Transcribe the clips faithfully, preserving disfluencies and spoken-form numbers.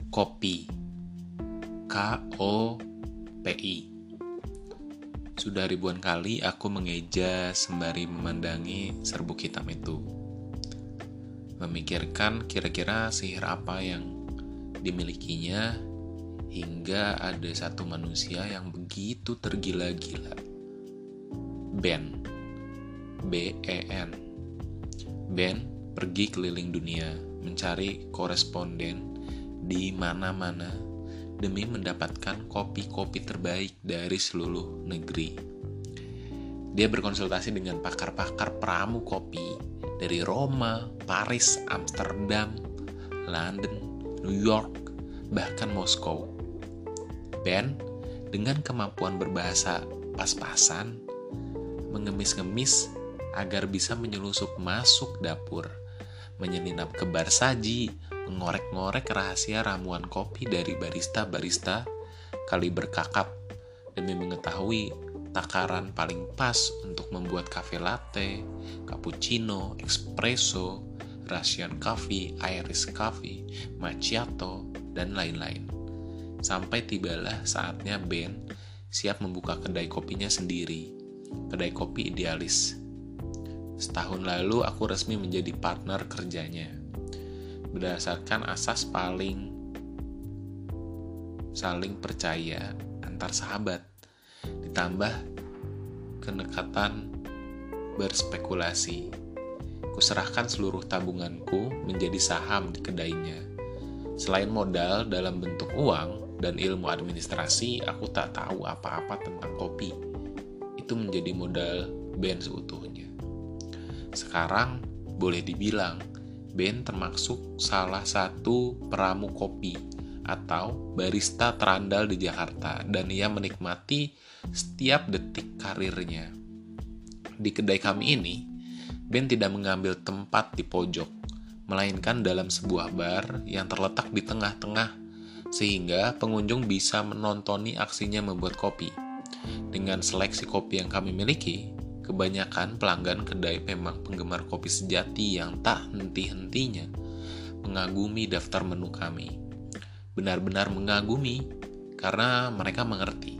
Kopi, K O P I. Sudah ribuan kali aku mengeja sembari memandangi serbuk hitam itu. Memikirkan kira-kira sihir apa yang dimilikinya hingga ada satu manusia yang begitu tergila-gila. Ben, B E N. Ben pergi keliling dunia mencari koresponden di mana-mana demi mendapatkan kopi-kopi terbaik dari seluruh negeri. Dia berkonsultasi dengan pakar-pakar pramu kopi dari Roma, Paris, Amsterdam, London, New York, bahkan Moskow. Ben, dengan kemampuan berbahasa pas-pasan, mengemis-ngemis agar bisa menyelusup masuk dapur, menyelinap ke bar saji, mengorek-ngorek rahasia ramuan kopi dari barista-barista kali berkakap demi mengetahui takaran paling pas untuk membuat cafe latte, cappuccino, espresso, Russian coffee, Irish coffee, macchiato, dan lain-lain. Sampai tibalah saatnya Ben siap membuka kedai kopinya sendiri, kedai kopi idealis. Setahun lalu aku resmi menjadi partner kerjanya. Berdasarkan asas paling saling percaya antar sahabat, ditambah kedekatan berspekulasi. Kuserahkan seluruh tabunganku menjadi saham di kedainya. Selain modal dalam bentuk uang dan ilmu administrasi, aku tak tahu apa-apa tentang kopi. Itu menjadi modal Ben seutuhnya. Sekarang boleh dibilang Ben termasuk salah satu peramu kopi atau barista terandal di Jakarta, dan ia menikmati setiap detik karirnya. Di kedai kami ini, Ben tidak mengambil tempat di pojok, melainkan dalam sebuah bar yang terletak di tengah-tengah, sehingga pengunjung bisa menontoni aksinya membuat kopi. Dengan seleksi kopi yang kami miliki, kebanyakan pelanggan kedai memang penggemar kopi sejati yang tak henti-hentinya mengagumi daftar menu kami. Benar-benar mengagumi karena mereka mengerti.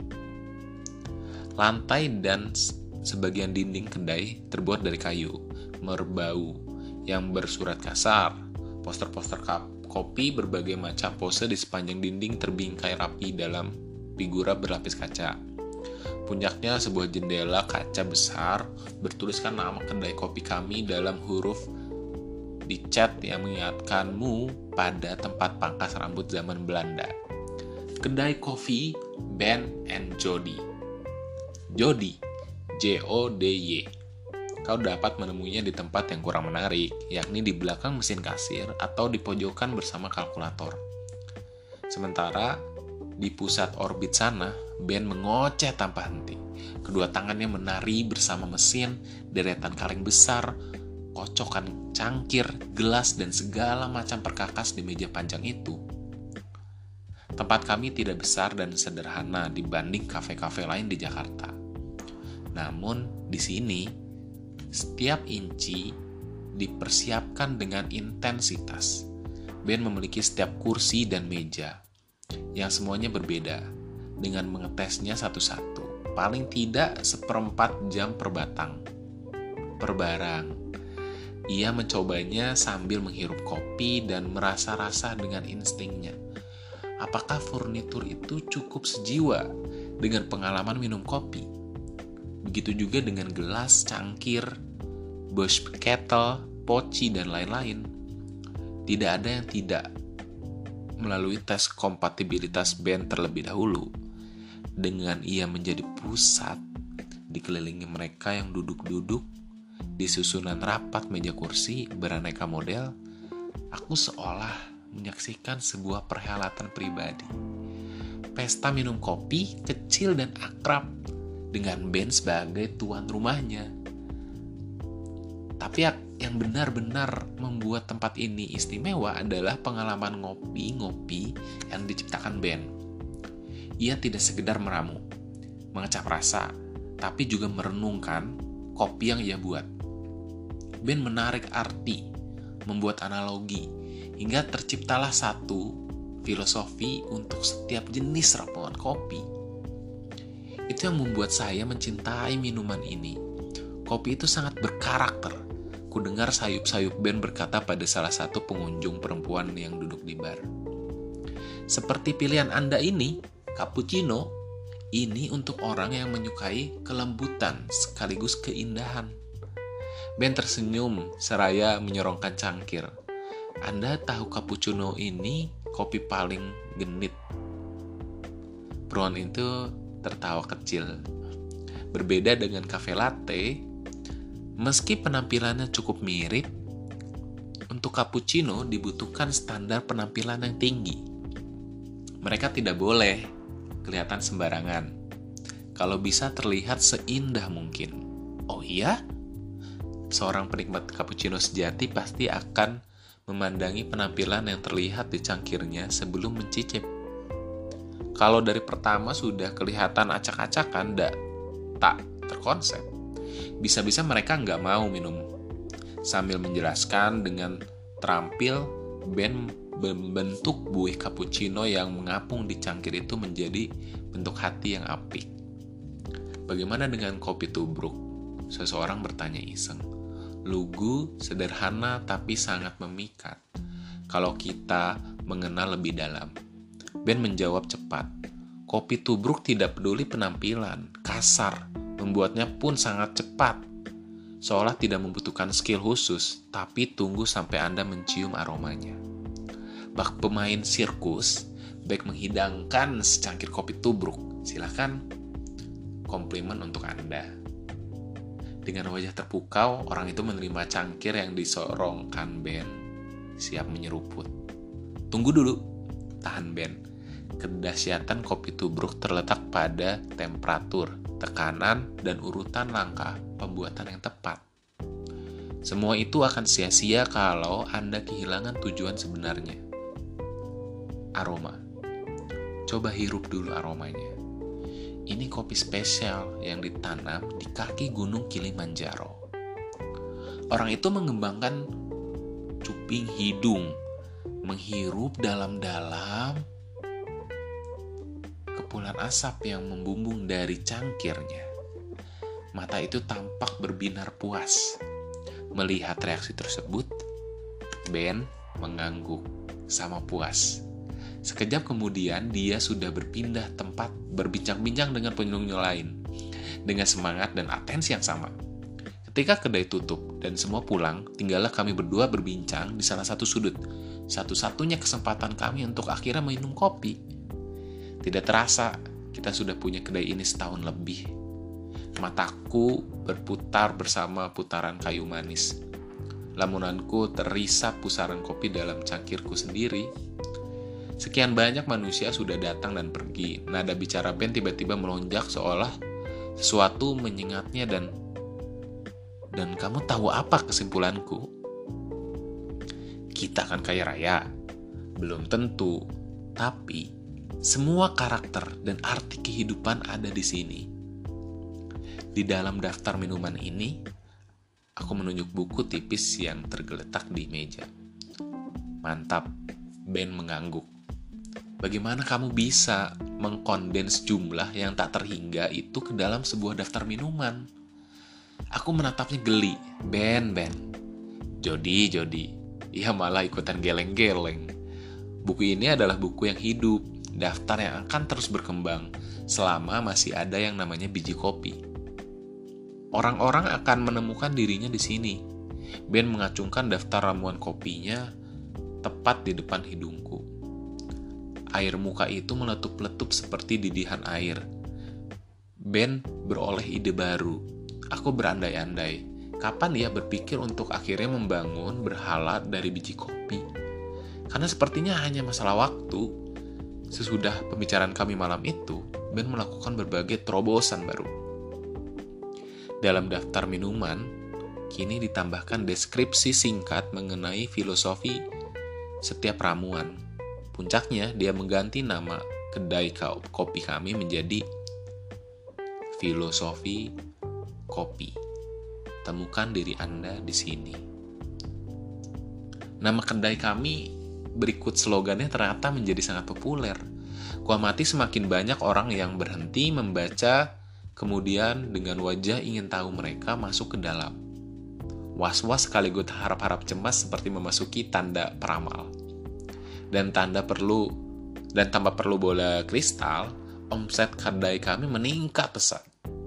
Lantai dan sebagian dinding kedai terbuat dari kayu, merbau yang bersurat kasar. Poster-poster kopi berbagai macam pose di sepanjang dinding terbingkai rapi dalam figura berlapis kaca. Puncaknya sebuah jendela kaca besar bertuliskan nama kedai kopi kami dalam huruf dicat yang mengingatkanmu pada tempat pangkas rambut zaman Belanda. Kedai kopi Ben and Jody. Jody, J O D Y. Kau dapat menemuinya di tempat yang kurang menarik, yakni di belakang mesin kasir atau di pojokan bersama kalkulator. Sementara di pusat orbit sana, Ben mengoceh tanpa henti. Kedua tangannya menari bersama mesin, deretan kaleng besar, kocokan cangkir, gelas, dan segala macam perkakas di meja panjang itu. Tempat kami tidak besar dan sederhana dibanding kafe-kafe lain di Jakarta. Namun, di sini, setiap inci dipersiapkan dengan intensitas. Ben memiliki setiap kursi dan meja, yang semuanya berbeda, dengan mengetesnya satu-satu, paling tidak seperempat jam per batang, per barang. Ia mencobanya sambil menghirup kopi dan merasa-rasa dengan instingnya. Apakah furnitur itu cukup sejiwa dengan pengalaman minum kopi? Begitu juga dengan gelas, cangkir, Bosch kettle, poci, dan lain-lain. Tidak ada yang tidak melalui tes kompatibilitas Ben terlebih dahulu. Dengan ia menjadi pusat, dikelilingi mereka yang duduk-duduk di susunan rapat meja kursi beraneka model, aku seolah menyaksikan sebuah perhelatan pribadi. Pesta minum kopi kecil dan akrab dengan Ben sebagai tuan rumahnya. Tapi yang benar-benar membuat tempat ini istimewa adalah pengalaman ngopi-ngopi yang diciptakan Ben. Ia tidak sekedar meramu, mengecap rasa, tapi juga merenungkan kopi yang ia buat. Ben menarik arti, membuat analogi, hingga terciptalah satu filosofi untuk setiap jenis ramuan kopi. Itu yang membuat saya mencintai minuman ini. Kopi itu sangat berkarakter. Ku dengar sayup-sayup Ben berkata pada salah satu pengunjung perempuan yang duduk di bar. Seperti pilihan Anda ini, cappuccino, ini untuk orang yang menyukai kelembutan sekaligus keindahan. Ben tersenyum seraya menyorongkan cangkir. Anda tahu cappuccino ini kopi paling genit. Perempuan itu tertawa kecil. Berbeda dengan cafe latte, meski penampilannya cukup mirip, untuk cappuccino dibutuhkan standar penampilan yang tinggi. Mereka tidak boleh kelihatan sembarangan. Kalau bisa terlihat seindah mungkin. Oh iya? Seorang penikmat cappuccino sejati pasti akan memandangi penampilan yang terlihat di cangkirnya sebelum mencicip. Kalau dari pertama sudah kelihatan acak-acakan, da, tak terkonsep, bisa-bisa mereka nggak mau minum. Sambil menjelaskan dengan terampil, Ben membentuk buih cappuccino yang mengapung di cangkir itu menjadi bentuk hati yang apik. Bagaimana dengan kopi tubruk? Seseorang bertanya iseng. Lugu, sederhana, tapi sangat memikat. Kalau kita mengenal lebih dalam. Ben menjawab cepat. Kopi tubruk tidak peduli penampilan, kasar, membuatnya pun sangat cepat. Seolah tidak membutuhkan skill khusus, tapi tunggu sampai Anda mencium aromanya. Bak pemain sirkus, baik menghidangkan secangkir kopi tubruk. Silakan, komplimen untuk Anda. Dengan wajah terpukau, orang itu menerima cangkir yang disorongkan Ben, siap menyeruput. Tunggu dulu, tahan Ben. Kedahsyatan kopi tubruk terletak pada temperatur, tekanan, dan urutan langkah pembuatan yang tepat. Semua itu akan sia-sia kalau Anda kehilangan tujuan sebenarnya. Aroma. Coba hirup dulu aromanya. Ini kopi spesial yang ditanam di kaki gunung Kilimanjaro. Orang itu mengembangkan cuping hidung, menghirup dalam-dalam kepulan asap yang membumbung dari cangkirnya. Mata itu tampak berbinar puas. Melihat reaksi tersebut, Ben mengangguk sama puas. Sekejap kemudian, dia sudah berpindah tempat berbincang-bincang dengan pengunjung lain, dengan semangat dan atensi yang sama. Ketika kedai tutup dan semua pulang, tinggallah kami berdua berbincang di salah satu sudut. Satu-satunya kesempatan kami untuk akhirnya minum kopi. Tidak terasa, kita sudah punya kedai ini setahun lebih. Mataku berputar bersama putaran kayu manis. Lamunanku terisap pusaran kopi dalam cangkirku sendiri. Sekian banyak manusia sudah datang dan pergi. Nada bicara Ben tiba-tiba melonjak seolah sesuatu menyengatnya dan dan kamu tahu apa kesimpulanku? Kita akan kaya raya? Belum tentu. Tapi semua karakter dan arti kehidupan ada di sini. Di dalam daftar minuman ini, aku menunjuk buku tipis yang tergeletak di meja. Mantap, Ben mengangguk. Bagaimana kamu bisa mengkondens jumlah yang tak terhingga itu ke dalam sebuah daftar minuman? Aku menatapnya geli. Ben, Ben. Jody, Jody. Ia malah ikutan geleng-geleng. Buku ini adalah buku yang hidup, daftar yang akan terus berkembang selama masih ada yang namanya biji kopi. Orang-orang akan menemukan dirinya di sini. Ben mengacungkan daftar ramuan kopinya tepat di depan hidungku. Air muka itu meletup-letup seperti didihan air. Ben beroleh ide baru. Aku berandai-andai. Kapan ia berpikir untuk akhirnya membangun berhala dari biji kopi? Karena sepertinya hanya masalah waktu. Sesudah pembicaraan kami malam itu, Ben melakukan berbagai terobosan baru. Dalam daftar minuman, kini ditambahkan deskripsi singkat mengenai filosofi setiap ramuan. Puncaknya, dia mengganti nama kedai kopi kami menjadi Filosofi Kopi. Temukan diri Anda di sini. Nama kedai kami berikut slogannya ternyata menjadi sangat populer. Kuamati semakin banyak orang yang berhenti membaca, kemudian dengan wajah ingin tahu mereka masuk ke dalam. Was-was sekaligus harap-harap cemas seperti memasuki tanda peramal. Dan tanda perlu dan tanpa perlu bola kristal, omset kedai kami meningkat pesat.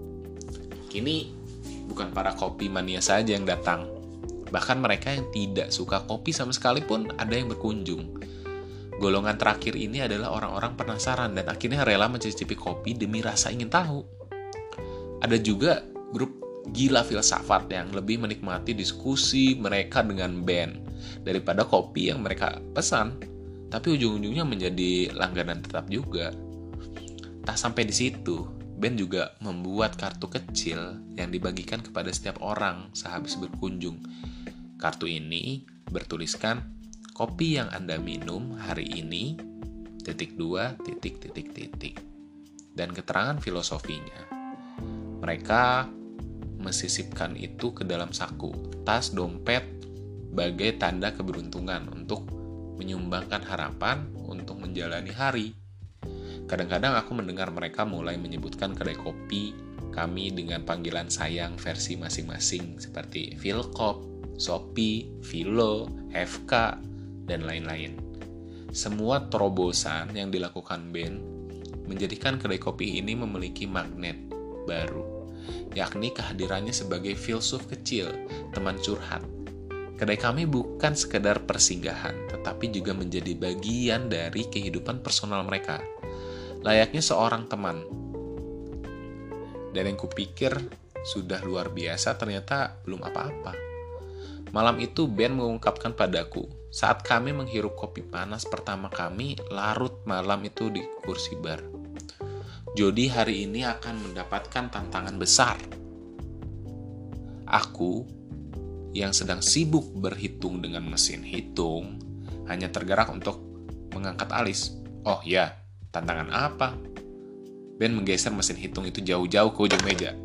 Kini bukan para kopi mania saja yang datang. Bahkan mereka yang tidak suka kopi sama sekali pun ada yang berkunjung. Golongan terakhir ini adalah orang-orang penasaran dan akhirnya rela mencicipi kopi demi rasa ingin tahu. Ada juga grup gila filsafat yang lebih menikmati diskusi mereka dengan band daripada kopi yang mereka pesan, tapi ujung-ujungnya menjadi langganan tetap juga. Tak sampai di situ, band juga membuat kartu kecil yang dibagikan kepada setiap orang sehabis berkunjung. Kartu ini bertuliskan kopi yang Anda minum hari ini, titik dua, titik, titik, titik. Dan keterangan filosofinya. Mereka mesisipkan itu ke dalam saku, tas, dompet, bagai tanda keberuntungan untuk menyumbangkan harapan untuk menjalani hari. Kadang-kadang aku mendengar mereka mulai menyebutkan kedai kopi kami dengan panggilan sayang versi masing-masing seperti Philcop, Sopi, Philo, F K, dan lain-lain. Semua terobosan yang dilakukan band menjadikan kedai kopi ini memiliki magnet baru, yakni kehadirannya sebagai filsuf kecil, teman curhat. Kedai kami bukan sekedar persinggahan, tetapi juga menjadi bagian dari kehidupan personal mereka, layaknya seorang teman. Dan yang kupikir sudah luar biasa ternyata belum apa-apa. Malam itu Ben mengungkapkan padaku, saat kami menghirup kopi panas pertama kami larut malam itu di kursi bar. Jody hari ini akan mendapatkan tantangan besar. Aku yang sedang sibuk berhitung dengan mesin hitung hanya tergerak untuk mengangkat alis. Oh ya, tantangan apa? Ben menggeser mesin hitung itu jauh-jauh ke ujung meja.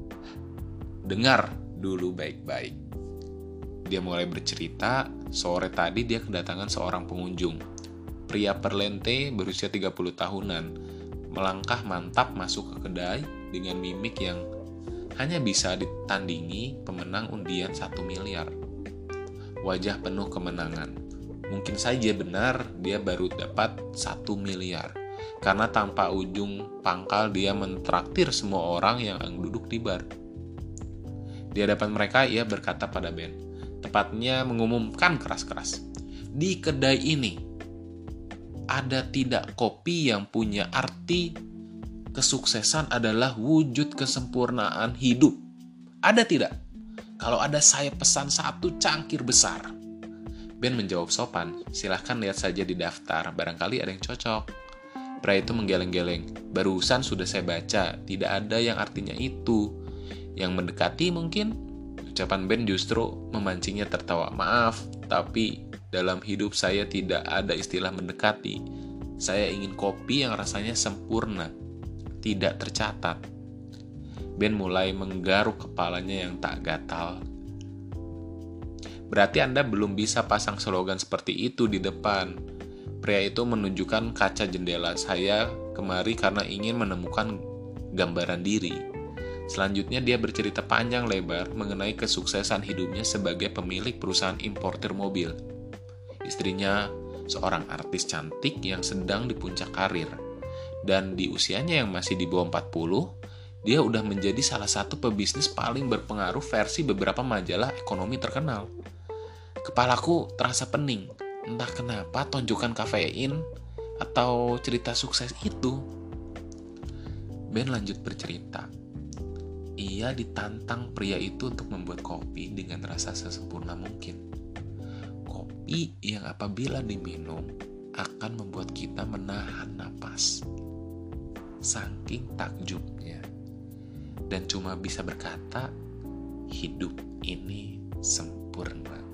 Dengar dulu baik-baik. Dia mulai bercerita, sore tadi dia kedatangan seorang pengunjung. Pria perlente berusia tiga puluh tahunan, melangkah mantap masuk ke kedai dengan mimik yang hanya bisa ditandingi pemenang undian satu miliar. Wajah penuh kemenangan. Mungkin saja benar dia baru dapat satu miliar. Karena tanpa ujung pangkal dia mentraktir semua orang yang duduk di bar. Di hadapan mereka ia berkata pada Ben, tepatnya mengumumkan keras-keras, di kedai ini ada tidak kopi yang punya arti kesuksesan adalah wujud kesempurnaan hidup. Ada tidak? Kalau ada saya pesan satu cangkir besar. Ben menjawab sopan, silahkan lihat saja di daftar, barangkali ada yang cocok. Pria itu menggeleng-geleng, barusan sudah saya baca, tidak ada yang artinya itu. Yang mendekati mungkin? Ucapan Ben justru memancingnya tertawa. Maaf, tapi dalam hidup saya tidak ada istilah mendekati. Saya ingin kopi yang rasanya sempurna, tidak tercatat. Ben mulai menggaruk kepalanya yang tak gatal. Berarti Anda belum bisa pasang slogan seperti itu di depan. Pria itu menunjukkan kaca jendela. Saya kemari karena ingin menemukan gambaran diri. Selanjutnya dia bercerita panjang lebar mengenai kesuksesan hidupnya sebagai pemilik perusahaan importir mobil. Istrinya seorang artis cantik yang sedang di puncak karir. Dan di usianya yang masih di bawah empat puluh, dia udah menjadi salah satu pebisnis paling berpengaruh versi beberapa majalah ekonomi terkenal. Kepalaku terasa pening. Entah kenapa tonjokan kafein atau cerita sukses itu. Ben lanjut bercerita. Ia ditantang pria itu untuk membuat kopi dengan rasa sesempurna mungkin. Kopi yang apabila diminum akan membuat kita menahan napas. Saking takjubnya. Dan cuma bisa berkata, hidup ini sempurna.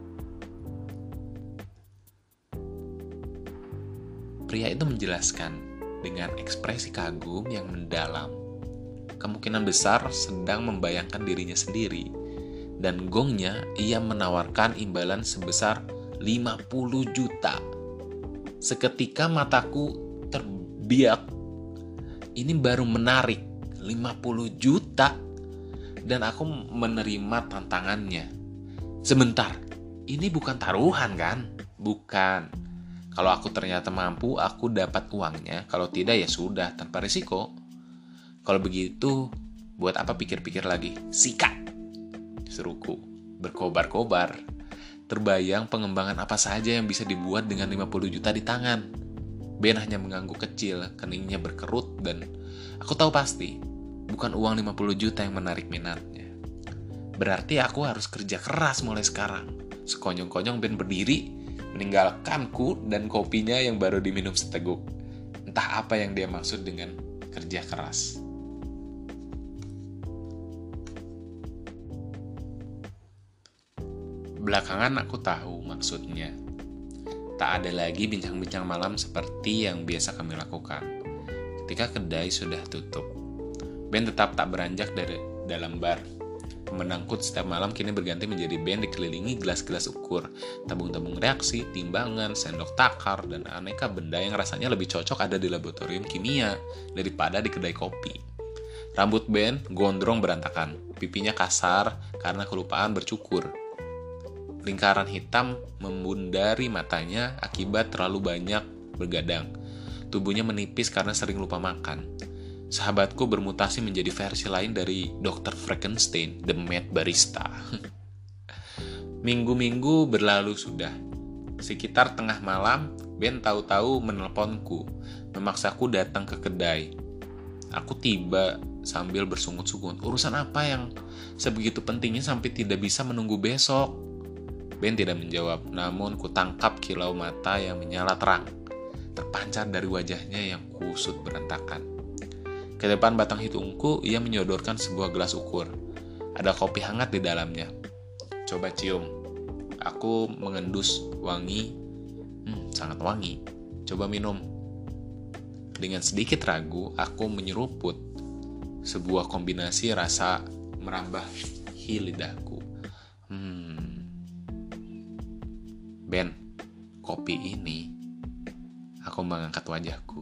Pria itu menjelaskan dengan ekspresi kagum yang mendalam. Kemungkinan besar sedang membayangkan dirinya sendiri. Dan gongnya ia menawarkan imbalan sebesar lima puluh juta. Seketika mataku terbiak. Ini baru menarik lima puluh juta dan aku menerima tantangannya. Sebentar, ini bukan taruhan kan? Bukan. Kalau aku ternyata mampu, aku dapat uangnya. Kalau tidak ya sudah, tanpa risiko. Kalau begitu, buat apa pikir-pikir lagi? Sikat! Seruku, berkobar-kobar. Terbayang pengembangan apa saja yang bisa dibuat dengan lima puluh juta di tangan. Ben hanya mengangguk kecil, keningnya berkerut, dan aku tahu pasti, bukan uang lima puluh juta yang menarik minatnya. Berarti aku harus kerja keras mulai sekarang. Sekonyong-konyong Ben berdiri, meninggalkanku dan kopinya yang baru diminum seteguk. Entah apa yang dia maksud dengan kerja keras. Belakangan aku tahu maksudnya. Tak ada lagi bincang-bincang malam seperti yang biasa kami lakukan. Ketika kedai sudah tutup, Ben tetap tak beranjak dari dalam bar. Pemenangkut setiap malam kini berganti menjadi Ben dikelilingi gelas-gelas ukur, tabung-tabung reaksi, timbangan, sendok takar, dan aneka benda yang rasanya lebih cocok ada di laboratorium kimia daripada di kedai kopi. Rambut Ben gondrong berantakan, pipinya kasar karena kelupaan bercukur. Lingkaran hitam membundari matanya akibat terlalu banyak bergadang. Tubuhnya menipis karena sering lupa makan. Sahabatku bermutasi menjadi versi lain dari dokter Frankenstein, The Mad Barista. Minggu-minggu berlalu sudah. Sekitar tengah malam, Ben tahu-tahu menelponku, memaksaku datang ke kedai. Aku tiba sambil bersungut-sungut. Urusan apa yang sebegitu pentingnya sampai tidak bisa menunggu besok? Ben tidak menjawab, namun kutangkap kilau mata yang menyala terang, terpancar dari wajahnya yang kusut berantakan. Ke depan batang hidungku, ia menyodorkan sebuah gelas ukur. Ada kopi hangat di dalamnya. Coba cium. Aku mengendus wangi. Hmm, sangat wangi. Coba minum. Dengan sedikit ragu, aku menyeruput. Sebuah kombinasi rasa merambahi lidahku. Hmm. Ben, kopi ini. Aku mengangkat wajahku.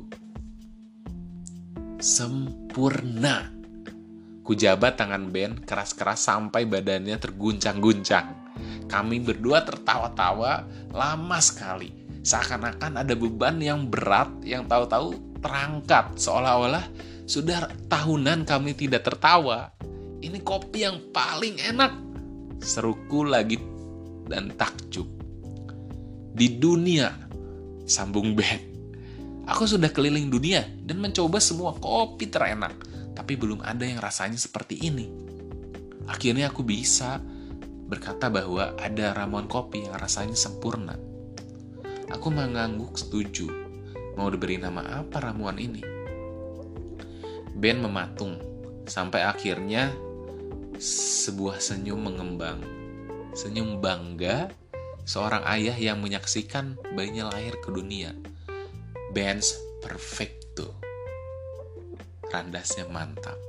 Sempurna. Kujabat tangan Ben keras-keras sampai badannya terguncang-guncang. Kami berdua tertawa-tawa lama sekali. Seakan-akan ada beban yang berat yang tahu-tahu terangkat. Seolah-olah sudah tahunan kami tidak tertawa. Ini kopi yang paling enak. Seruku lagi dan takjub. Di dunia, sambung Ben. Aku sudah keliling dunia dan mencoba semua kopi terenak, tapi belum ada yang rasanya seperti ini. Akhirnya aku bisa berkata bahwa ada ramuan kopi yang rasanya sempurna. Aku mengangguk setuju. Mau diberi nama apa ramuan ini? Ben mematung, sampai akhirnya sebuah senyum mengembang. Senyum bangga seorang ayah yang menyaksikan bayinya lahir ke dunia. Ben's Perfecto. Randasnya mantap.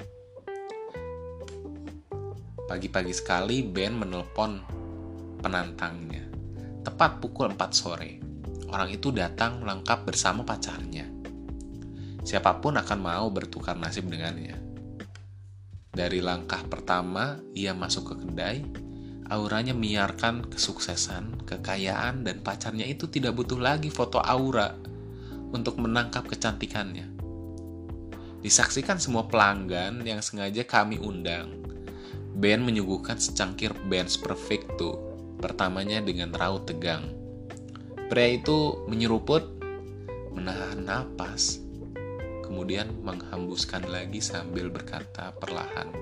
Pagi-pagi sekali Ben menelpon penantangnya. Tepat pukul empat sore. Orang itu datang lengkap bersama pacarnya. Siapapun akan mau bertukar nasib dengannya. Dari langkah pertama, ia masuk ke kedai. Auranya menyiarkan kesuksesan, kekayaan, dan pacarnya itu tidak butuh lagi foto aura untuk menangkap kecantikannya. Disaksikan semua pelanggan yang sengaja kami undang. Ben menyuguhkan secangkir Ben's Perfecto, pertamanya dengan raut tegang. Pria itu menyeruput, menahan napas, kemudian menghembuskan lagi sambil berkata perlahan,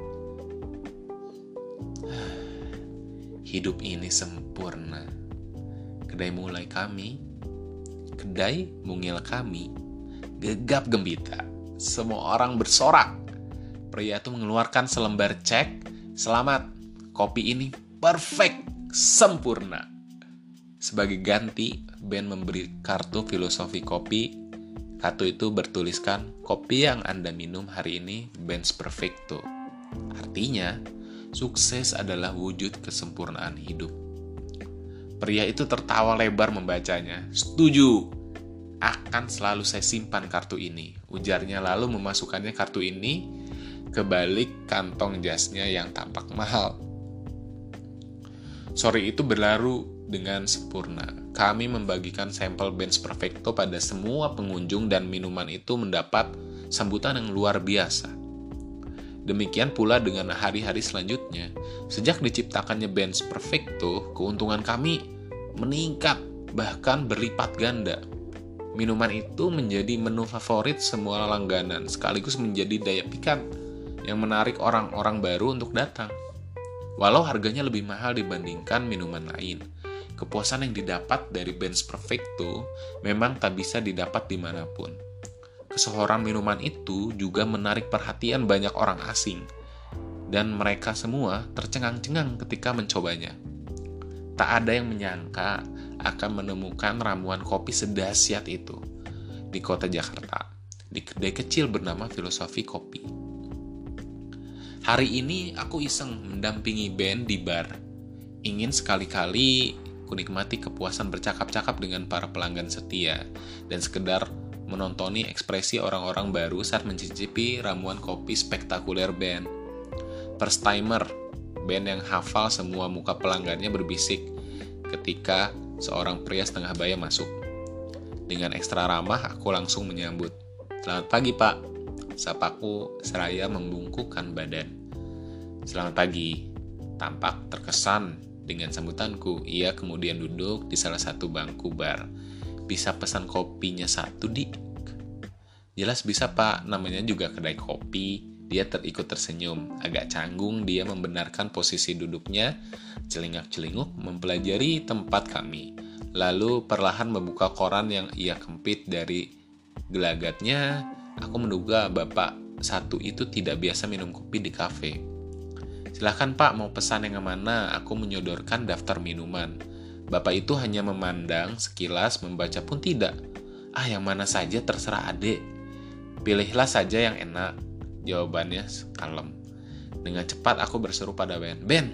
hidup ini sempurna. Kedai mulai kami, kedai mungil kami, gegap gembita. Semua orang bersorak. Pria itu mengeluarkan selembar cek. Selamat, kopi ini perfect, sempurna. Sebagai ganti, Ben memberi kartu filosofi kopi. Kartu itu bertuliskan, kopi yang Anda minum hari ini Ben's Perfecto. Artinya, sukses adalah wujud kesempurnaan hidup. Pria itu tertawa lebar membacanya. Setuju. Akan selalu saya simpan kartu ini, ujarnya lalu memasukkannya kartu ini ke balik kantong jasnya yang tampak mahal. Sore itu berlalu dengan sempurna. Kami membagikan sampel Benz Perfecto pada semua pengunjung dan minuman itu mendapat sambutan yang luar biasa. Demikian pula dengan hari-hari selanjutnya. Sejak diciptakannya Benz Perfecto, keuntungan kami meningkat, bahkan berlipat ganda. Minuman itu menjadi menu favorit semua langganan, sekaligus menjadi daya pikat yang menarik orang-orang baru untuk datang. Walau harganya lebih mahal dibandingkan minuman lain, kepuasan yang didapat dari Benz Perfecto memang tak bisa didapat dimanapun. Kesohoran minuman itu juga menarik perhatian banyak orang asing, dan mereka semua tercengang-cengang ketika mencobanya. Tak ada yang menyangka akan menemukan ramuan kopi sedahsyat itu di kota Jakarta, di kedai kecil bernama Filosofi Kopi. Hari ini aku iseng mendampingi Ben di bar. Ingin sekali-kali kunikmati kepuasan bercakap-cakap dengan para pelanggan setia, dan sekedar menontoni ekspresi orang-orang baru saat mencicipi ramuan kopi spektakuler Ben. First timer, Ben yang hafal semua muka pelanggannya berbisik ketika seorang pria setengah baya masuk. Dengan ekstra ramah, aku langsung menyambut. "Selamat pagi, Pak," sapaku seraya membungkukkan badan. "Selamat pagi," tampak terkesan dengan sambutanku. Ia kemudian duduk di salah satu bangku bar. "Bisa pesan kopinya satu, Dik?" "Jelas bisa, Pak, namanya juga kedai kopi." Dia terikut tersenyum. Agak canggung dia membenarkan posisi duduknya, celingak-celinguk mempelajari tempat kami. Lalu perlahan membuka koran yang ia kempit dari gelagatnya. Aku menduga bapak satu itu tidak biasa minum kopi di kafe. "Silahkan, Pak, mau pesan yang mana?" Aku menyodorkan daftar minuman. Bapak itu hanya memandang sekilas, membaca pun tidak. "Ah, yang mana saja terserah adek. Pilihlah saja yang enak," jawabannya kalem. Dengan cepat aku berseru pada Ben, "Ben,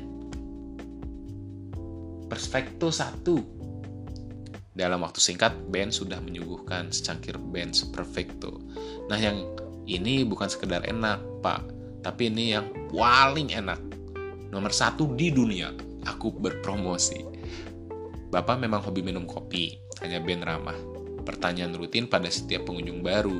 Perfecto satu." Dalam waktu singkat, Ben sudah menyuguhkan secangkir Benz Perfecto. "Nah, yang ini bukan sekedar enak, Pak, tapi ini yang paling enak. Nomor satu di dunia," aku berpromosi. "Bapak memang hobi minum kopi?" tanya Ben ramah. Pertanyaan rutin pada setiap pengunjung baru.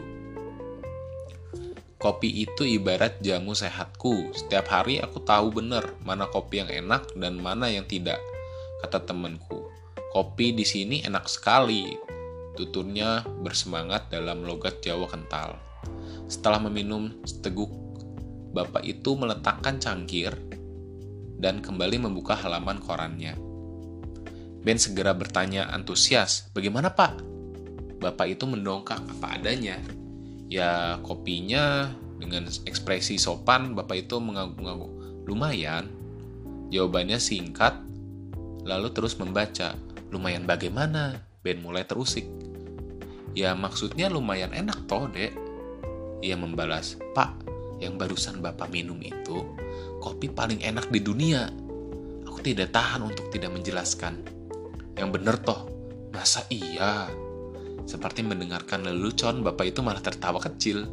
"Kopi itu ibarat jamu sehatku. Setiap hari aku tahu benar mana kopi yang enak dan mana yang tidak," kata temanku. "Kopi di sini enak sekali," tuturnya bersemangat dalam logat Jawa kental. Setelah meminum seteguk, bapak itu meletakkan cangkir dan kembali membuka halaman korannya. Ben segera bertanya antusias, "Bagaimana, Pak?" Bapak itu mendongkak apa adanya. Ya, kopinya dengan ekspresi sopan, bapak itu mengangguk-angguk. "Lumayan." Jawabannya singkat, lalu terus membaca. "Lumayan bagaimana?" Ben mulai terusik. "Ya, maksudnya lumayan enak toh, Dek." Ia membalas, "Pak, yang barusan bapak minum itu kopi paling enak di dunia. Aku tidak tahan untuk tidak menjelaskan." "Yang bener toh." "Masa iya?" Seperti mendengarkan lelucon, bapak itu malah tertawa kecil.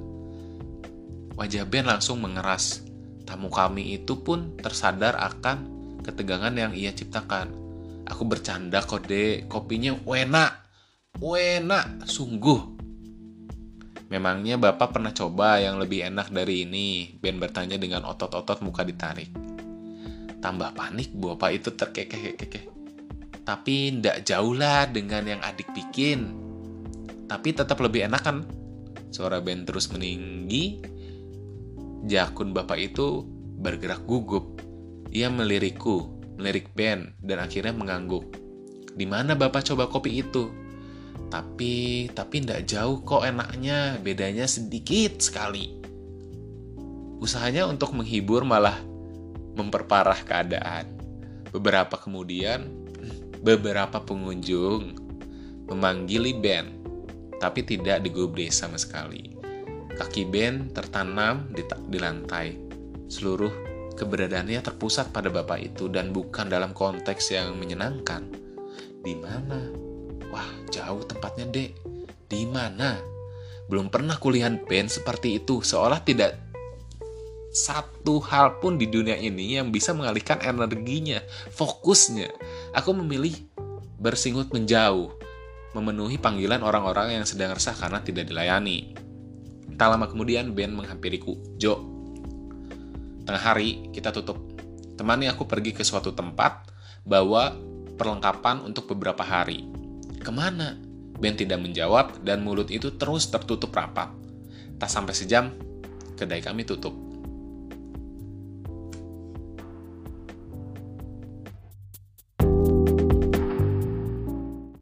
Wajah Ben langsung mengeras. Tamu kami itu pun tersadar akan ketegangan yang ia ciptakan. "Aku bercanda kok, Dek. Kopinya enak. Enak, sungguh." "Memangnya bapak pernah coba yang lebih enak dari ini?" Ben bertanya dengan otot-otot muka ditarik. Tambah panik, bapak itu terkekeh-kekeh. "Tapi ndak jauh lah dengan yang adik bikin. Tapi tetap lebih enak kan?" Suara Ben terus meninggi. Jakun bapak itu bergerak gugup. Ia melirikku, melirik Ben, dan akhirnya mengangguk. "Di mana bapak coba kopi itu?" Tapi, tapi ndak jauh kok enaknya, bedanya sedikit sekali." Usahanya untuk menghibur malah memperparah keadaan. Beberapa kemudian, beberapa pengunjung memanggili Ben, tapi tidak digubris sama sekali. Kaki Ben tertanam di, di lantai. Seluruh keberadaannya terpusat pada bapak itu dan bukan dalam konteks yang menyenangkan. "Di mana?" "Wah, jauh tempatnya, Dek. Di mana? Belum pernah kulihat Ben seperti itu, seolah tidak satu hal pun di dunia ini yang bisa mengalihkan energinya, fokusnya. Aku memilih bersingut menjauh, memenuhi panggilan orang-orang yang sedang resah karena tidak dilayani. Tak lama kemudian Ben menghampiriku. Jo, tengah hari kita tutup. Temani aku pergi ke suatu tempat, bawa perlengkapan untuk beberapa hari. Kemana? Ben tidak menjawab dan mulut itu terus tertutup rapat. Tak sampai sejam, kedai kami tutup.